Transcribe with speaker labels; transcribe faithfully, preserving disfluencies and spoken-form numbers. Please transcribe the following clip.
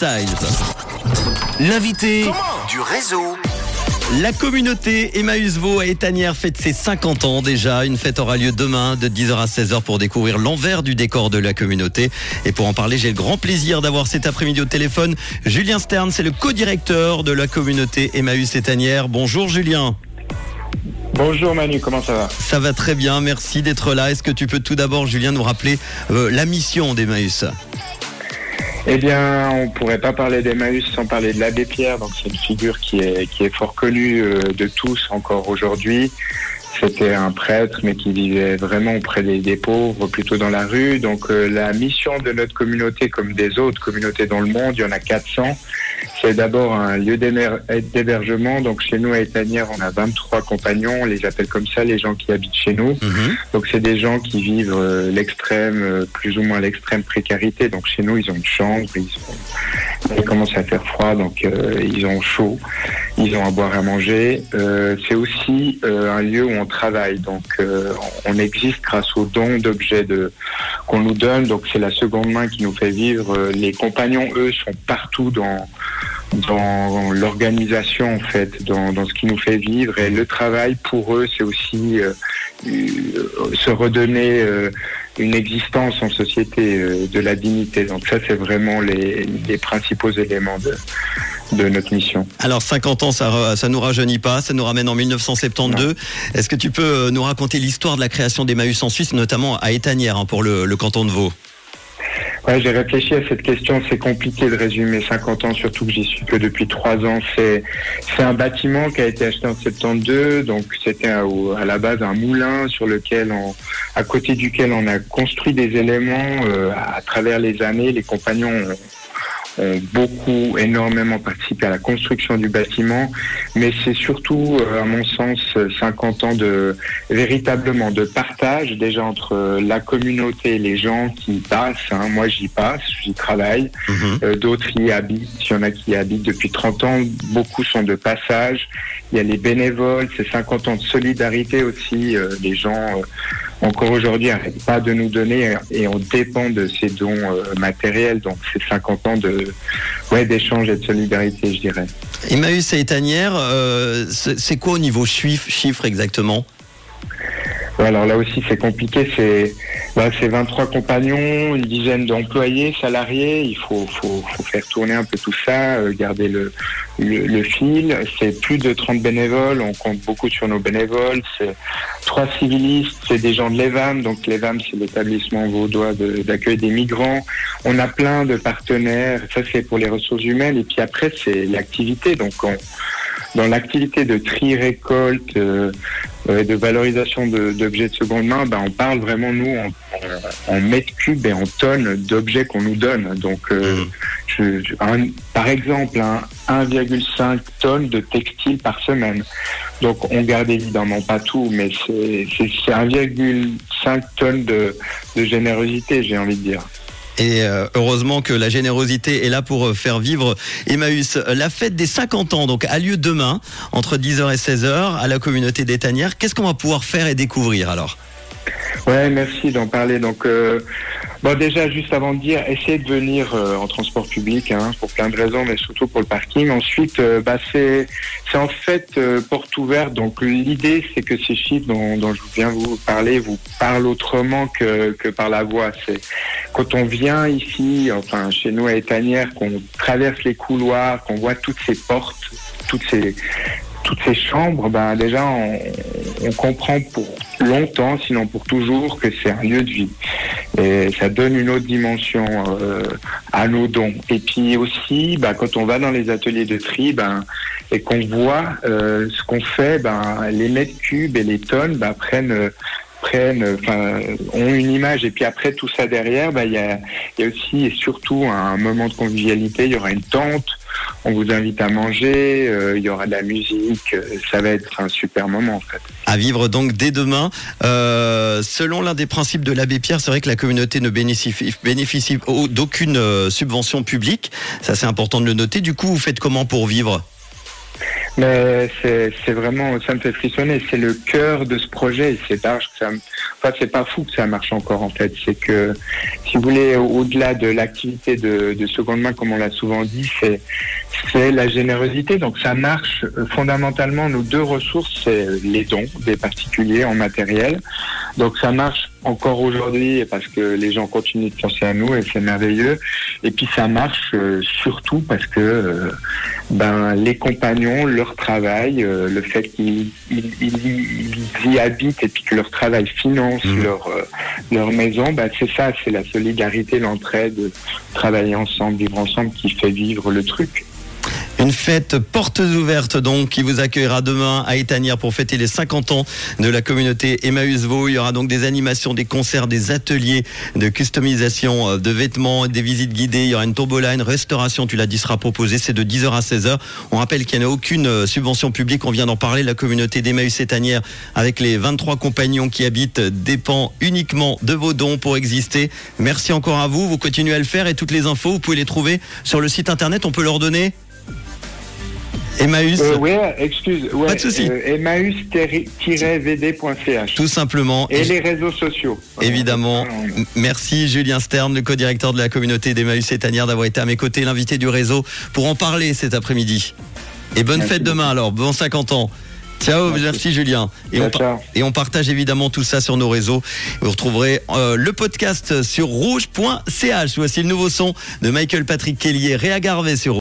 Speaker 1: Size. L'invité du réseau. La communauté Emmaüs Vaud à Étanières fête ses cinquante ans déjà. Une fête aura lieu demain de dix heures à seize heures pour découvrir l'envers du décor de la communauté. Et pour en parler, j'ai le grand plaisir d'avoir cet après-midi au téléphone Julien Stern, c'est le co-directeur de la communauté Emmaüs Étanières. Bonjour Julien.
Speaker 2: Bonjour Manu, comment ça va ?
Speaker 1: Ça va très bien, merci d'être là. Est-ce que tu peux tout d'abord, Julien, nous rappeler euh, la mission d'Emmaüs ?
Speaker 2: Eh bien, on ne pourrait pas parler d'Emmaüs sans parler de l'abbé Pierre. Donc, c'est une figure qui est, qui est fort connue euh, de tous encore aujourd'hui. C'était un prêtre, mais qui vivait vraiment auprès des, des pauvres, plutôt dans la rue. Donc, euh, la mission de notre communauté, comme des autres communautés dans le monde, il y en a quatre cents. C'est d'abord un lieu d'hébergement. Donc, chez nous, à Étanières, on a vingt-trois compagnons. On les appelle comme ça, les gens qui habitent chez nous. Mmh. Donc, c'est des gens qui vivent euh, l'extrême, euh, plus ou moins l'extrême précarité. Donc, chez nous, ils ont une chambre, ils, ont... ils commencent à faire froid, donc euh, ils ont chaud, ils ont à boire et à manger. Euh, c'est aussi euh, un lieu où on travaille. Donc, euh, on existe grâce aux dons d'objets de... qu'on nous donne. Donc, c'est la seconde main qui nous fait vivre. Les compagnons, eux, sont partout dans... dans l'organisation en fait, dans, dans ce qui nous fait vivre, et le travail pour eux c'est aussi euh, euh, se redonner euh, une existence en société, euh, de la dignité. Donc ça c'est vraiment les, les principaux éléments de, de notre mission.
Speaker 1: Alors cinquante ans ça, ça nous rajeunit pas, ça nous ramène en dix-neuf cent soixante-douze. Non. Est-ce que tu peux nous raconter l'histoire de la création d'Emmaüs en Suisse, notamment à Étanières hein, pour le, le canton de Vaud?
Speaker 2: Ouais, j'ai réfléchi à cette question. C'est compliqué de résumer cinquante ans, surtout que j'y suis que depuis trois ans. C'est, c'est un bâtiment qui a été acheté en soixante-douze. Donc, c'était à, à la base un moulin sur lequel on, à côté duquel on a construit des éléments, euh, à travers les années. Les compagnons ont, ont beaucoup, énormément participé à la construction du bâtiment, mais c'est surtout, à mon sens, cinquante ans de véritablement de partage, déjà entre la communauté et les gens qui passent. Hein. Moi, j'y passe, j'y travaille. Mmh. Euh, d'autres y habitent. Il y en a qui y habitent depuis trente ans. Beaucoup sont de passage. Il y a les bénévoles. C'est cinquante ans de solidarité aussi. Euh, les gens, euh, encore aujourd'hui, n'arrêtent pas de nous donner et on dépend de ces dons euh, matériels. Donc, c'est cinquante ans de Ouais, d'échange et de solidarité, je dirais.
Speaker 1: Emmaüs à Étanières, euh, c'est, c'est quoi au niveau chiffre, chiffre exactement ?
Speaker 2: Ouais, alors là aussi, c'est compliqué. C'est, bah, c'est vingt-trois compagnons, une dizaine d'employés, salariés. Il faut, faut, faut faire tourner un peu tout ça, euh, garder le, le, le fil. C'est plus de trente bénévoles. On compte beaucoup sur nos bénévoles. C'est trois civilistes. C'est des gens de l'E V A M. Donc l'E V A M, c'est l'établissement vaudois de, d'accueil des migrants. On a plein de partenaires. Ça, c'est pour les ressources humaines. Et puis après, c'est l'activité. Donc on, dans l'activité de tri-récolte, euh, euh, de valorisation de, d'objets de seconde main, ben, on parle vraiment, nous, en, en, en mètres cubes et en tonnes d'objets qu'on nous donne. Donc, euh, mmh. je, je, un, par exemple, hein, un virgule cinq tonnes de textiles par semaine. Donc, on garde évidemment pas tout, mais c'est, c'est, c'est un virgule cinq tonnes de, de générosité, j'ai envie de dire.
Speaker 1: Et euh, heureusement que la générosité est là pour euh, faire vivre Emmaüs. La fête des cinquante ans donc a lieu demain entre dix heures et seize heures à la communauté d'Étanières. Qu'est-ce qu'on va pouvoir faire et découvrir alors ?
Speaker 2: Ouais, merci d'en parler. Donc, euh, bon, déjà, juste avant de dire, essayez de venir euh, en transport public, hein, pour plein de raisons, mais surtout pour le parking. Ensuite, euh, bah, c'est, c'est en fait euh, porte ouverte. Donc, l'idée, c'est que ces chiffres dont, dont je viens vous parler vous parlent autrement que, que par la voix. C'est quand on vient ici, enfin, chez nous à Étanières, qu'on traverse les couloirs, qu'on voit toutes ces portes, toutes ces toutes ces chambres, ben déjà on, on comprend pour longtemps, sinon pour toujours, que c'est un lieu de vie. Et ça donne une autre dimension euh, à nos dons. Et puis aussi, ben, quand on va dans les ateliers de tri, ben, et qu'on voit euh, ce qu'on fait, ben, les mètres cubes et les tonnes ben, prennent prennent, enfin, ont une image. Et puis après tout ça derrière, ben, y a, y a aussi et surtout un moment de convivialité. Il y aura une tente. On vous invite à manger, euh, il y aura de la musique, euh, ça va être un super moment en fait.
Speaker 1: À vivre donc dès demain. Euh, selon l'un des principes de l'abbé Pierre, c'est vrai que la communauté ne bénéficie, bénéficie d'aucune euh, subvention publique. Ça c'est important de le noter. Du coup, vous faites comment pour vivre ?
Speaker 2: Mais c'est, c'est vraiment, ça me fait frissonner. C'est le cœur de ce projet. Et c'est large que ça, enfin, c'est pas fou que ça marche encore en fait. C'est que, si vous voulez, au-delà de l'activité de, de seconde main, comme on l'a souvent dit, c'est, c'est la générosité. Donc ça marche fondamentalement. Nos deux ressources, c'est les dons des particuliers en matériel. Donc ça marche encore aujourd'hui parce que les gens continuent de penser à nous et c'est merveilleux. Et puis ça marche euh, surtout parce que euh, ben les compagnons, leur travail, euh, le fait qu'ils ils, ils, ils y habitent et puis que leur travail finance mmh. leur euh, leur maison, ben c'est ça, c'est la solidarité, l'entraide, travailler ensemble, vivre ensemble qui fait vivre le truc.
Speaker 1: Une fête portes ouvertes donc qui vous accueillera demain à Étanières pour fêter les cinquante ans de la communauté Emmaüs Vaud. Il y aura donc des animations, des concerts, des ateliers de customisation de vêtements, des visites guidées. Il y aura une tombola, une restauration, tu l'as dit, sera proposée. C'est de dix heures à seize heures. On rappelle qu'il n'y a aucune subvention publique. On vient d'en parler. La communauté d'Emmaüs Étanières avec les vingt-trois compagnons qui habitent dépend uniquement de vos dons pour exister. Merci encore à vous. Vous continuez à le faire et toutes les infos, vous pouvez les trouver sur le site internet. On peut leur donner Emmaüs.
Speaker 2: Euh, oui, excuse. Ouais,
Speaker 1: pas de souci.
Speaker 2: Euh, Emmaüs V D point C H.
Speaker 1: Tout simplement.
Speaker 2: Et, et les réseaux sociaux.
Speaker 1: Évidemment. Voilà. Merci Julien Stern, le co-directeur de la communauté d'Emmaüs Étanières, d'avoir été à mes côtés, l'invité du réseau, pour en parler cet après-midi. Et bonne Merci fête beaucoup. Demain alors. Bon cinquante ans. Ciao, merci, merci Julien. Et on, par- et on partage évidemment tout ça sur nos réseaux. Vous retrouverez euh, le podcast sur rouge point c h. Voici le nouveau son de Michael Patrick Kelly et Réa Garvey sur